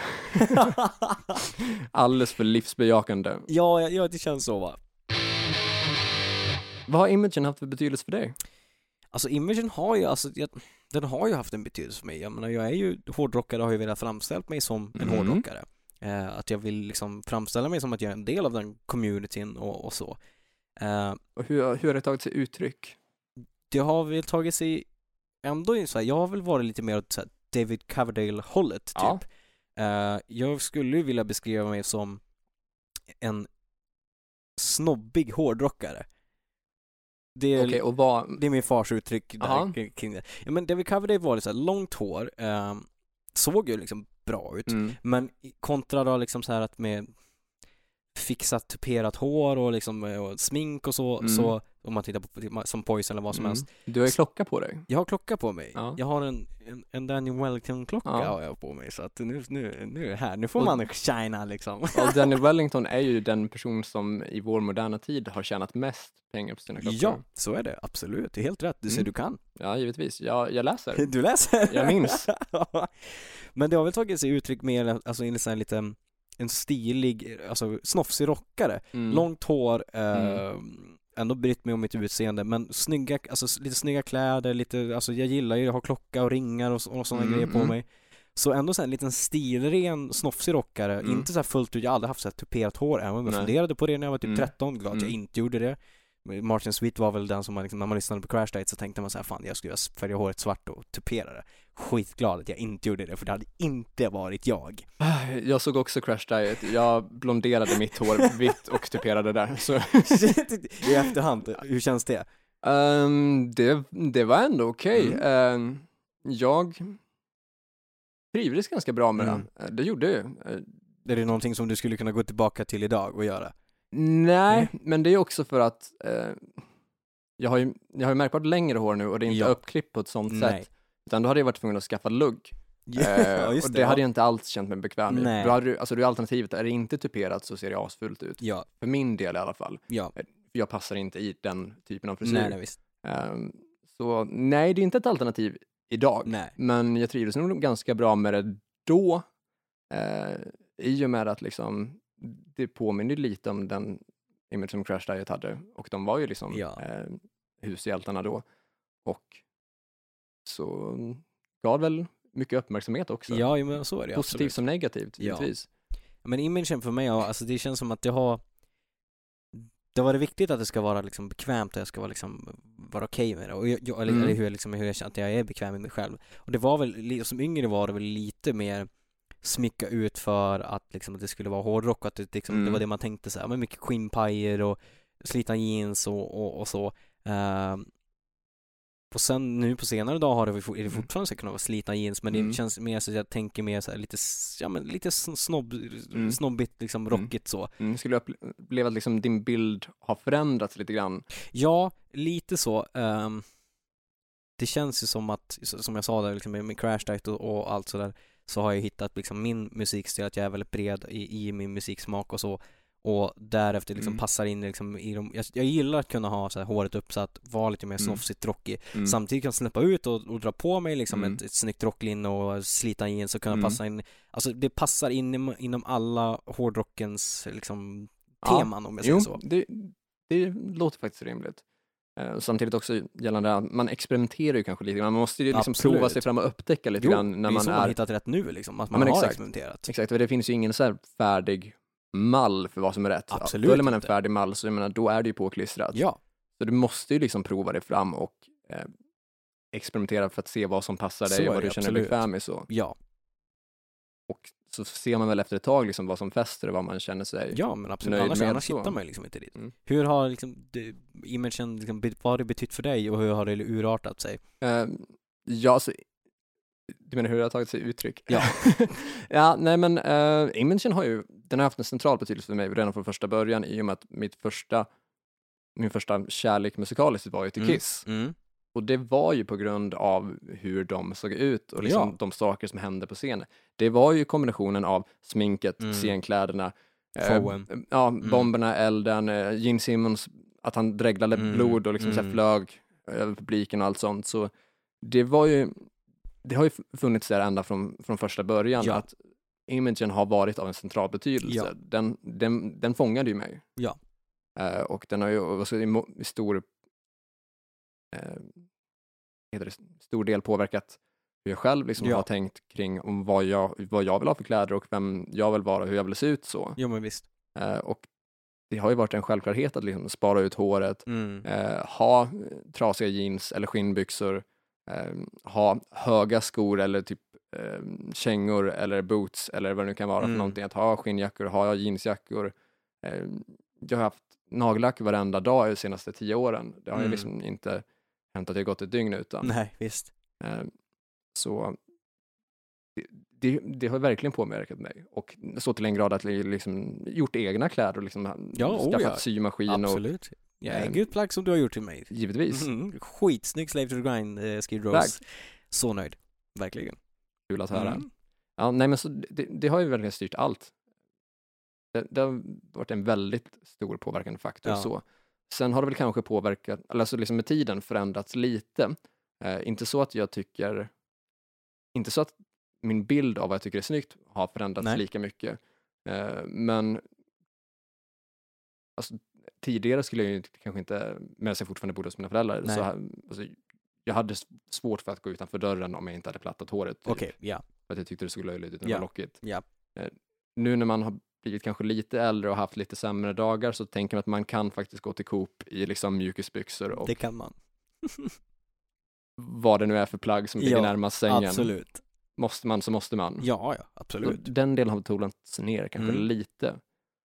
Alldeles för livsbejakande. Ja, det känns så, va? Vad har imagen haft för betydelse för dig? Alltså imagen har ju, den har ju haft en betydelse för mig. Jag menar, jag är ju hårdrockare och har ju velat framställa mig som en hårdrockare. Att jag vill liksom framställa mig som att jag är en del av den communityn och så. Och hur har det tagit sig uttryck? Det har väl tagit sig ändå så här, jag har väl varit lite mer åt så här David Coverdale-hållet typ. Jag skulle ju vilja beskriva mig som en snobbig hårdrockare. Det är min fars uttryck där kring det. Ja, men David Coverdale var lite så här långt hår, såg ju liksom bra ut, men kontra då liksom så här att med fixat tuperat hår och liksom och smink och så om man tittar på som Poison eller vad som helst. Du har ju klocka på dig. Jag har klocka på mig. Ja. Jag har en en Daniel Wellington-klocka har jag på mig, så att nu är här. Nu får man shina liksom. Och Daniel Wellington är ju den person som i vår moderna tid har tjänat mest pengar på sina klockor. Ja, så är det. Absolut. Det är helt rätt. Du ser, du kan. Ja, givetvis. Jag läser. Du läser? Jag minns. Men det har väl tagit sig uttryck mer, alltså in i en lite en stilig, alltså snofsig rockare. Långt hår, ändå brytt mig om mitt utseende, men snygga, alltså lite snygga kläder, lite, alltså jag gillar ju att ha klocka och ringar och sådana grejer på mig. Så ändå så en liten stilren, snofsig rockare, inte så här fullt ut, jag har aldrig haft så här tuperat hår, även om jag funderade på det när jag var typ 13, glad jag inte gjorde det. Martin Sweet var väl den som man liksom, när man lyssnade på Crash Diet så tänkte man så här, fan jag skulle färga håret svart och tupera det. Skitglad att jag inte gjorde det, för det hade inte varit jag. Jag såg också Crash Diet. Jag blonderade mitt hår vitt och tuperade där. Så. I efterhand, hur känns det? Det var ändå okej. Jag trivdes ganska bra med det. Det gjorde jag. Är det någonting som du skulle kunna gå tillbaka till idag och göra? Nej, men det är också för att jag har ju märkbart längre hår nu och det är inte uppklippt på ett sånt sätt. Utan då hade jag varit tvungen att skaffa lugg. Och det hade jag inte alls känt mig bekväm i. Alltså det är alternativet, är det inte tuperat så ser det asfullt ut. Ja. För min del i alla fall. Ja. Jag passar inte i den typen av frisyr. Nej, visst. Så nej, det är inte ett alternativ idag. Nej. Men jag trivdes nog ganska bra med det då. I och med att liksom det påminner lite om den image som Crash Diet hade. Och de var ju liksom hushjältarna då. Och så gav väl mycket uppmärksamhet också. Ja, men så är det. Positivt som negativt, givetvis. Men imagen för mig, alltså det känns som att det har varit viktigt att det ska vara liksom bekvämt och jag ska vara liksom vara okej med det. Och eller hur jag känner att jag är bekväm med mig själv. Och det var väl, som yngre var det väl lite mer smycka ut för att liksom att det skulle vara hårdrock, att det, liksom, det var det man tänkte så här, men mycket skinnpajer och slitna jeans och så. Och sen nu på senare dag är det fortfarande så kunna vara slitna jeans, men det känns mer så att jag tänker mer så här lite snobbigt liksom rockigt så. Skulle du uppleva att liksom din bild har förändrats lite grann? Ja, lite så. Det känns ju som att, som jag sa där liksom med Crash Diet och allt så där, så har jag hittat liksom min musikstil, att jag är väldigt bred i min musiksmak och så. Och därefter liksom passar in liksom i de, jag gillar att kunna ha så här håret uppsatt, vara lite mer snofsigt rockig. Samtidigt kan jag släppa ut och dra på mig liksom ett snyggt rocklinne och slita in så kunna passa in. Alltså det passar in inom alla hårdrockens liksom teman, om jag säger så. Det låter faktiskt rimligt. Samtidigt också gällande att man experimenterar ju kanske lite grann. Man måste ju liksom prova sig fram och upptäcka lite grann när man har hittat rätt nu liksom, att man har experimenterat. Exakt, för det finns ju ingen så här färdig mall för vad som är rätt. Absolut. Följer man en färdig mall så jag menar, då är det ju påklistrat. Ja. Så du måste ju liksom prova det fram och experimentera för att se vad som passar dig och vad du känner dig bekväm i så. Ja. Och så ser man väl efter ett tag liksom vad som fäster och vad man känner sig. Ja, men absolut. Annars hittar man liksom inte dit. Hur har liksom imagen liksom, vad har det betytt för dig och hur har det urartat sig? Ja, alltså, du menar hur det har tagit sig uttryck? Ja. Ja, nej men imagen har haft en central betydelse för mig redan från första början, i och med att min första kärlek musikaliskt var ju till Kiss. Och det var ju på grund av hur de såg ut och liksom de saker som hände på scenen. Det var ju kombinationen av sminket, scenkläderna, bomberna, elden, Gene Simmons, att han dreglade blod och liksom så här flög över publiken och allt sånt. Så det har ju funnits där ända från första början att imagen har varit av en central betydelse. Den fångade ju mig. Ja. Och den har ju i stor del påverkat hur jag själv liksom har tänkt kring om vad jag vill ha för kläder och vem jag vill vara och hur jag vill se ut så. Jo, men visst. Och det har ju varit en självklarhet att liksom spara ut håret, ha trasiga jeans eller skinnbyxor, ha höga skor eller typ kängor eller boots eller vad det nu kan vara för någonting, att ha skinnjackor, ha jeansjackor. Jag har haft nagellack varenda dag de senaste 10 åren. Det har ju liksom inte hänt att jag gått ett dygn utan. Nej, visst. Så det har verkligen påverkat mig. Och så till en grad att jag liksom gjort egna kläder och liksom skaffat symaskin. Absolut. Gud plagg som du har gjort till mig. Givetvis. Skitsnygg Slave to the Grind Skid Rows. Så nöjd. Verkligen. Kul att höra. Ja, nej men så det har ju verkligen styrt allt. Det har varit en väldigt stor påverkande faktor. Så. Sen har det väl kanske påverkat, alltså liksom med tiden förändrats lite. Inte så att min bild av vad jag tycker är snyggt har förändrats lika mycket. Men alltså, tidigare skulle jag ju kanske inte, medan jag fortfarande bodde hos mina föräldrar, så alltså, jag hade svårt för att gå utanför dörren om jag inte hade plattat håret. Typ. Okej, ja. För att jag tyckte det såg löjligt ut när det var lockigt. Ja. Nu när man har blivit kanske lite äldre och haft lite sämre dagar, så tänker man att man kan faktiskt gå till Coop i liksom mjukisbyxor och det kan man. vad det nu är för plagg som ligger närmast sängen. Absolut. Måste man så måste man. Ja, absolut. Så den delen har tonats ner kanske lite.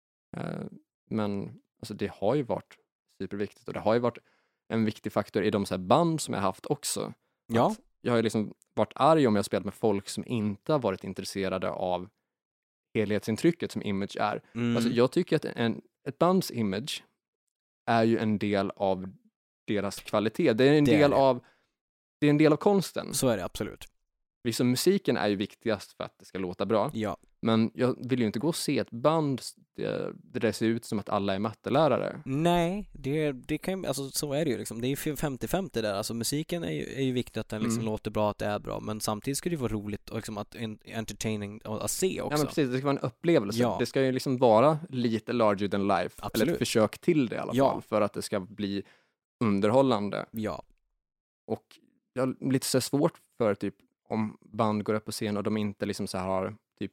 Men alltså, det har ju varit superviktigt, och det har ju varit en viktig faktor i de så här band som jag haft också. Ja. Jag har ju liksom varit arg om jag spelat med folk som inte har varit intresserade av helhetsintrycket som image är. Alltså, jag tycker att ett bands image är ju en del av deras kvalitet. Det är en del av konsten. Så är det absolut. Liksom, musiken är ju viktigast för att det ska låta bra. Ja. Men jag vill ju inte gå och se ett band där det ser ut som att alla är mattelärare. Nej, det kan, alltså, så är det ju liksom. Det är ju 50-50 där. Alltså, musiken är ju viktigt att den liksom låter bra, att det är bra. Men samtidigt ska det vara roligt och liksom att entertaining att se också. Ja, men precis. Det ska vara en upplevelse. Ja. Det ska ju liksom vara lite larger than life. Absolut. Eller ett försök till det i alla fall. För att det ska bli underhållande. Ja. Och jag har lite så svårt för typ om band går upp på scen och de inte liksom så här har typ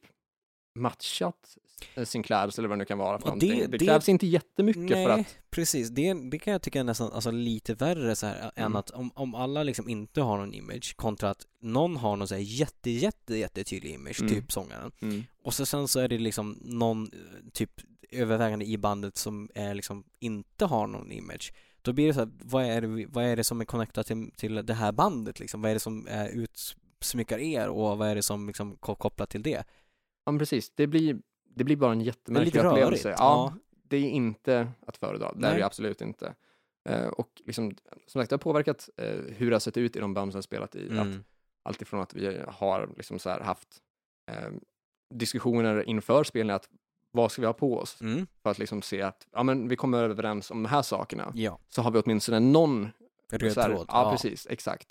matchat sin klädsel eller vad det nu kan vara för någonting. Det krävs inte jättemycket för att... precis. Det kan jag tycka är nästan alltså, lite värre så här, än att om alla liksom inte har någon image kontra att någon har någon så här jättetydlig image, typ sångaren. Och sen så är det liksom någon typ övervägande i bandet som är liksom inte har någon image. Då blir det så här, vad är det som är connectat till det här bandet liksom? Vad är det som utsmyckar er och vad är det som liksom kopplat till det? Ja, men precis. Det blir bara en jättemärklig upplevelse. Ja, det är inte att föredra. Det är det absolut inte. Och liksom, som sagt, det har påverkat hur det har sett ut i de band som jag spelat i. Allt ifrån att vi har liksom så här haft diskussioner inför spelningen att vad ska vi ha på oss? För att liksom se att men vi kommer överens om de här sakerna. Ja. Så har vi åtminstone någon röd tråd. Ja, precis. Exakt.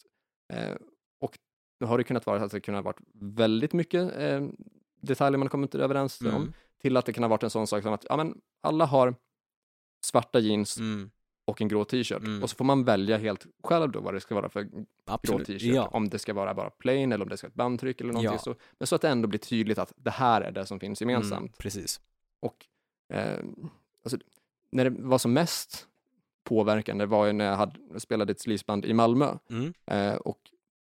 Och då har det kunnat vara att det kunnat varit väldigt mycket detaljer man kommer inte överens om, till att det kan ha varit en sån sak som att alla har svarta jeans och en grå t-shirt. Och så får man välja helt själv då vad det ska vara för grå t-shirt. Ja. Om det ska vara bara plain eller om det ska vara ett bandtryck eller någonting så. Men så att det ändå blir tydligt att det här är det som finns gemensamt. Precis. Och alltså, när det var som mest påverkande var ju när jag spelade ett sleazeband i Malmö. Och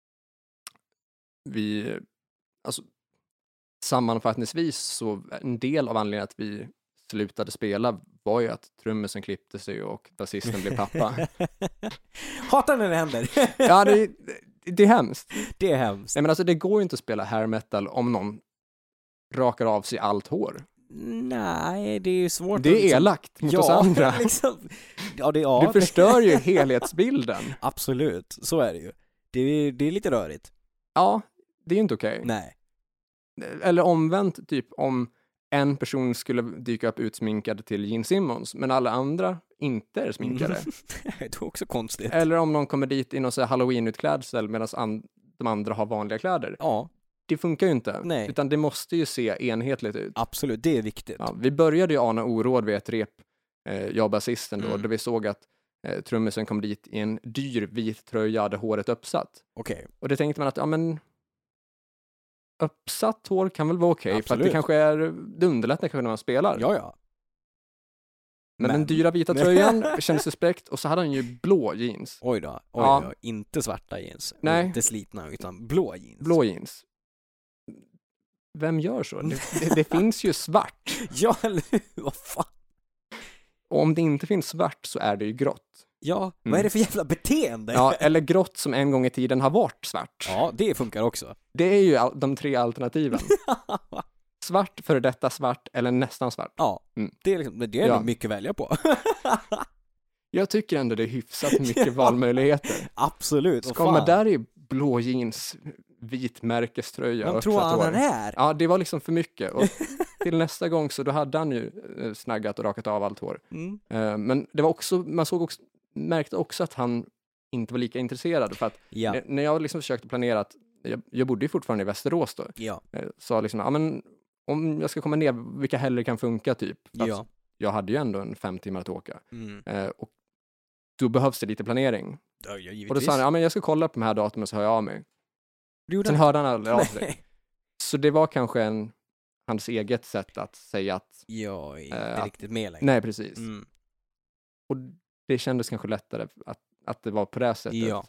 vi, alltså sammanfattningsvis så en del av anledningen att vi slutade spela var ju att trummisen klippte sig och basisten blev pappa. Hatar när det händer. Ja, det är hemskt. Det är hemskt. Nej, men alltså det går ju inte att spela hair metal om någon rakar av sig allt hår. Nej, det är ju svårt. Det är liksom elakt mot oss andra. Liksom. Du förstör ju helhetsbilden. Absolut, så är det ju. Det är lite rörigt. Ja, det är ju inte okej. Nej. Eller omvänt, typ om en person skulle dyka upp utsminkad till Gene Simmons, men alla andra inte är sminkade. Det är också konstigt. Eller om någon kommer dit i någon Halloween-utklädsel medan de andra har vanliga kläder. Ja. Det funkar ju inte. Nej. Utan det måste ju se enhetligt ut. Absolut, det är viktigt. Ja, vi började ju ana oråd vid ett rep, jag och basisten då vi såg att trummisen kom dit i en dyr vit tröja, hade håret uppsatt. Okej. Och det tänkte man att, uppsatt hår kan väl vara okej, för att det kanske det underlättar kanske när man spelar. Ja. Men den dyra vita tröjan kändes suspekt, och så hade han ju blå jeans. Oj då. Inte svarta jeans. Nej. Inte slitna, utan blå jeans. Blå jeans. Vem gör så? Det finns ju svart. Ja, eller vad fan? Och om det inte finns svart så är det ju grått. Ja, vad är det för jävla beteende? Ja, eller grått som en gång i tiden har varit svart. Ja, det funkar också. Det är ju de 3 alternativen. Svart, före detta svart eller nästan svart. Ja, det är mycket att välja på. Jag tycker ändå det är hyfsat mycket valmöjligheter. Absolut. Ska man där i blå jeans, vit märkeströja. Vem tror han är? Ja, det var liksom för mycket. Och till nästa gång så då hade han ju snaggat och rakat av allt hår. Men det var också, märkte också att han inte var lika intresserad. För att när jag liksom försökte planera att jag bodde ju fortfarande i Västerås då. Sa liksom, ja men om jag ska komma ner, vilka helger kan funka typ? Fast jag hade ju ändå en 5 timmar att åka. Och då behövs det lite planering. Och då sa han, ja men jag ska kolla på de här datumen så hör jag av mig. Sen hörde han aldrig av sig. Så det var kanske hans eget sätt att säga att... Ja, inte riktigt med längre. Nej, precis. Och det kändes kanske lättare att det var på det sättet. Ja.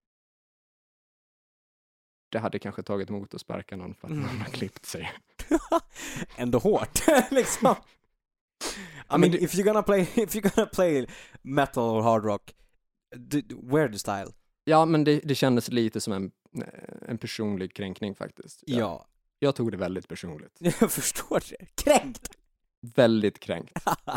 Det hade kanske tagit emot att sparka någon för att man har klippt sig. Ändå hårt, liksom. I mean, if you're gonna play metal or hard rock, wear the style. Ja, men det kändes lite som en personlig kränkning faktiskt. Ja. Jag tog det väldigt personligt. Jag förstår det. Kränkt! Väldigt kränkt.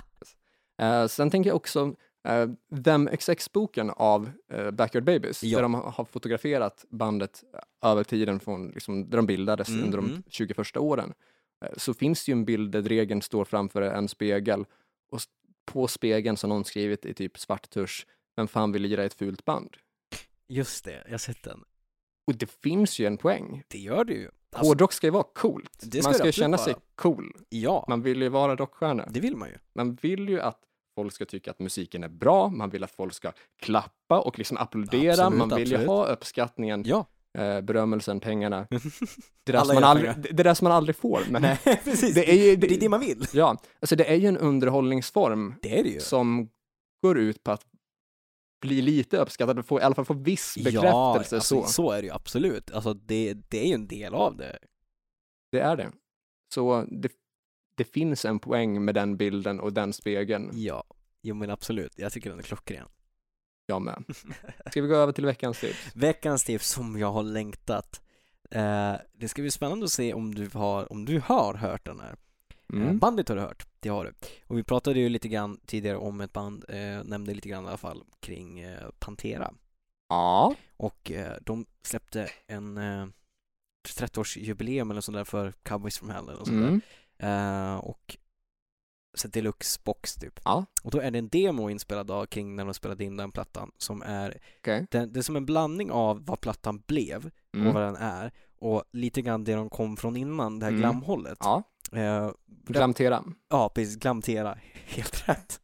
Sen tänker jag också Them XX-boken av Backyard Babies, där de har fotograferat bandet över tiden från liksom, där de bildades under de 20 första åren. Så finns det ju en bild där Dregen står framför en spegel och på spegeln så har någon skrivit i typ svart tusch, vem fan vill lira ett fult band? Just det, jag har sett den. Och det finns ju en poäng. Det gör det ju. Alltså, hårdrock ska ju vara coolt. Man ska ju känna sig cool. Ja. Man vill ju vara rockstjärna. Det vill man ju. Man vill ju att folk ska tycka att musiken är bra. Man vill att folk ska klappa och liksom applådera. Absolut, man vill ju ha uppskattningen. Ja. Berömmelsen, pengarna. Det där som man aldrig får. Men nej, precis. Det är det man vill. Ja, alltså det är ju en underhållningsform. Det är det ju. Som går ut på att bli lite uppskattad och i alla fall få viss bekräftelse. Ja, alltså, så är det ju absolut. Alltså det är ju en del av det. Det är det. Så det finns en poäng med den bilden och den spegeln. Ja, jo men absolut. Jag tycker den är klockren. Jag med. Ska vi gå över till veckans tips? Veckans tips som jag har längtat. Det ska bli spännande att se om du har hört den här. Bandet har du hört, det har du. Och vi pratade ju lite grann tidigare om ett band, nämnde lite grann i alla fall kring Pantera. Ja. Och de släppte en 30-årsjubileum eller sånt där för Cowboys from Hell och sånt där. Och så deluxe box typ. Ja. Och då är det en demo inspelad av kring när de spelade in den plattan som är det är som en blandning av vad plattan blev och vad den är och lite grann det de kom från innan, det här glamhållet. Ja. Glamtera. Ja, precis, glamtera. Helt rätt.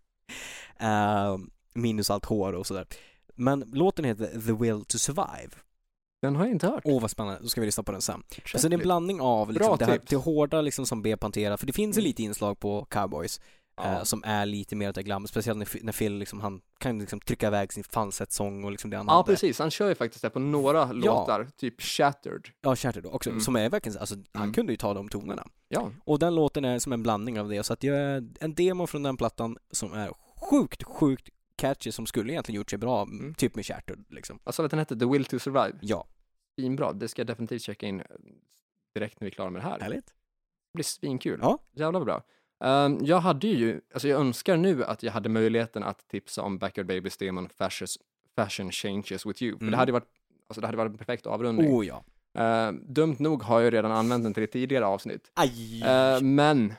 Minus allt hår och sådär. Men låten heter The Will to Survive. Den har jag inte hört. Vad spännande. Då ska vi lyssna på den sen. Alltså det är en blandning av liksom, det här till hårda liksom, som B-Pantera. För det finns ju lite inslag på Cowboys som är lite mer åt glam. Speciellt när Phil liksom, han kan liksom trycka iväg sin falsettsång och liksom det han hade. Ja, precis. Han kör ju faktiskt det på några låtar. Typ Shattered. Ja, Shattered också. Som är verkligen, alltså han kunde ju ta de tonerna. Ja. Och den låten är som en blandning av det. Så att jag är en demo från den plattan som är sjukt catchy som skulle egentligen gjort sig bra. Typ med Shattered liksom. Alltså att den hette The Will to Survive. Ja. Svinbra. Det ska jag definitivt checka in direkt när vi är klara med det här. Härligt. Det blir svinkul. Ja. Jävla bra. Jag hade ju, alltså jag önskar nu att jag hade möjligheten att tipsa om Backyard Babies demon Fashion Changes With You. För det hade varit en perfekt avrundning. Oh ja. Dumt nog har jag redan använt den till ett tidigare avsnitt. Aj. Men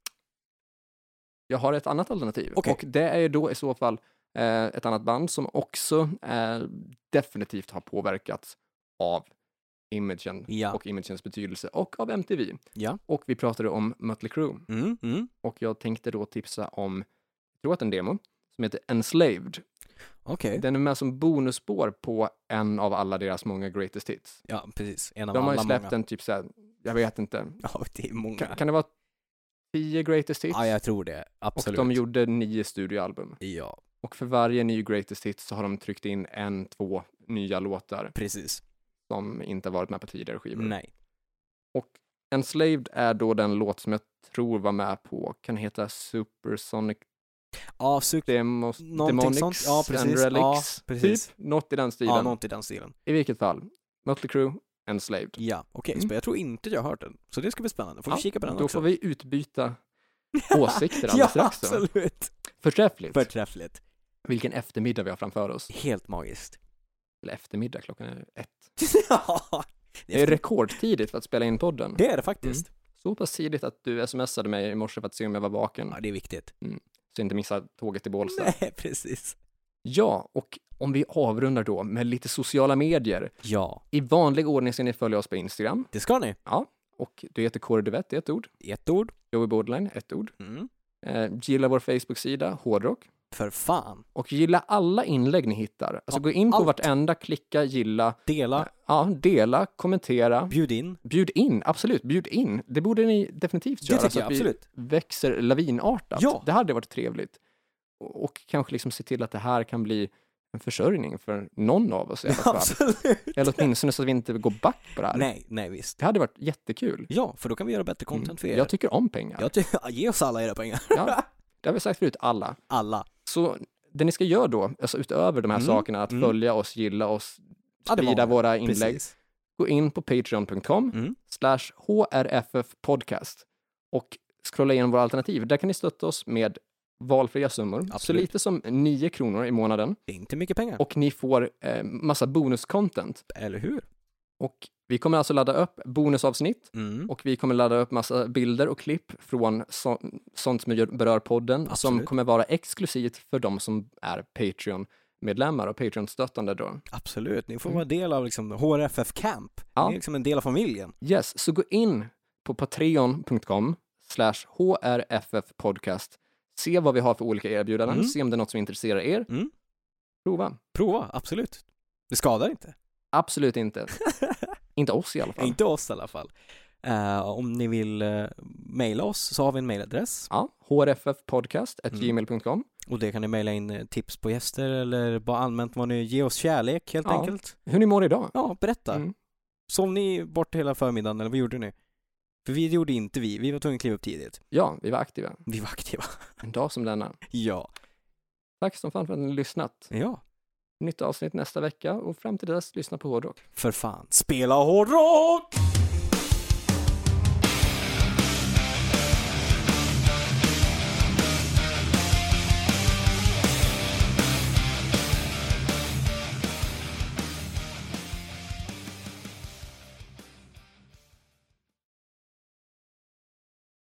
jag har ett annat alternativ. Okay. Och det är ju då i så fall ett annat band som också definitivt har påverkats av imagen och imagens betydelse och av MTV. Ja. Och vi pratade om Mötley Crüe. Och jag tänkte då tipsa om, jag tror att en demo som heter Enslaved. Okay. Den är med som bonusspår på en av alla deras många greatest hits. Ja, precis. En av de alla har ju släppt många. En typ såhär, jag vet inte. Ja, det är många. Kan det vara 10 greatest hits? Ja, jag tror det. Absolut. Och de gjorde 9 studioalbum. Ja. Och för varje ny greatest hits så har de tryckt in 1-2 nya låtar. Precis. Som inte varit med på tidigare skivor. Nej. Och Enslaved är då den låt som jag tror var med på, kan heta Supersonic Demonics ja, precis. and Relics. Ja, precis. Typ, något i den stilen. Ja, något i den stilen. I vilket fall, Mötley Crüe, Enslaved. Ja, okej. Så jag tror inte jag har hört den. Så det ska bli spännande. Får vi kika på den då också. Då får vi utbyta åsikter alldeles strax. Ja, absolut. Förträffligt. Vilken eftermiddag vi har framför oss. Helt magiskt. Eller eftermiddag, klockan är 1. Ja, Det är rekordtidigt för att spela in podden. Det är det faktiskt. Så pass tidigt att du smsade mig i morse för att se om jag var vaken. Ja, det är viktigt. Så inte missa tåget till Bålsta. Nej, precis. Ja, och om vi avrundar då med lite sociala medier. Ja. I vanlig ordning ska ni följa oss på Instagram. Det ska ni. Ja, och du heter Kåre Duvett, ett ord. Ett ord. Joey Borderline, ett ord. Gilla vår Facebook-sida, Hårdrock. För fan. Och gilla alla inlägg ni hittar. Alltså gå in på vartenda, klicka, gilla. Dela. Ja, dela, kommentera. Bjud in. Bjud in, absolut. Bjud in. Det borde ni definitivt göra. Det tycker jag, absolut. Vi växer lavinartat. Ja. Det hade varit trevligt. Och kanske liksom se till att det här kan bli en försörjning för någon av oss i alla fall. Absolut. Eller åtminstone så att vi inte går back på det här. Nej, visst. Det hade varit jättekul. Ja, för då kan vi göra bättre content för er. Jag tycker om pengar. Ge oss alla era pengar. Ja, det har vi sagt förut, alla. Alla. Så det ni ska göra då, alltså utöver de här sakerna, att följa oss, gilla oss, sprida våra inlägg, Precis. gå in på patreon.com/hrffpodcast och scrolla igenom våra alternativ. Där kan ni stötta oss med valfria summor. Absolut. Så lite som 9 kronor i månaden. Det är inte mycket pengar. Och ni får massa bonus-content. Eller hur? Och vi kommer alltså ladda upp bonusavsnitt och vi kommer ladda upp massa bilder och klipp från sånt som berör podden. Absolut. Som kommer vara exklusivt för de som är Patreon-medlemmar och Patreon-stöttande då. Absolut. Ni får vara del av liksom HRFF Camp. Ja. Ni är liksom en del av familjen. Yes, så gå in på patreon.com/hrffpodcast. Se vad vi har för olika erbjudanden. Se om det är något som intresserar er. Prova, absolut. Det skadar inte. Absolut inte. Inte oss i alla fall. Inte oss i alla fall. Om ni vill mejla oss så har vi en mejladress. Ja, hrffpodcast@gmail.com. Och det kan ni mejla in tips på gäster eller bara allmänt vad ni ge oss kärlek helt enkelt. Hur ni mår idag. Ja, berätta. Sov ni bort hela förmiddagen eller vad gjorde ni? För vi gjorde inte vi var tvungna att kliva upp tidigt. Ja, vi var aktiva. En dag som denna. Ja. Tack som fan för att ni har lyssnat. Ja. Nytt avsnitt nästa vecka och fram till dess lyssna på Hårdrock. För fan, spela hårdrock!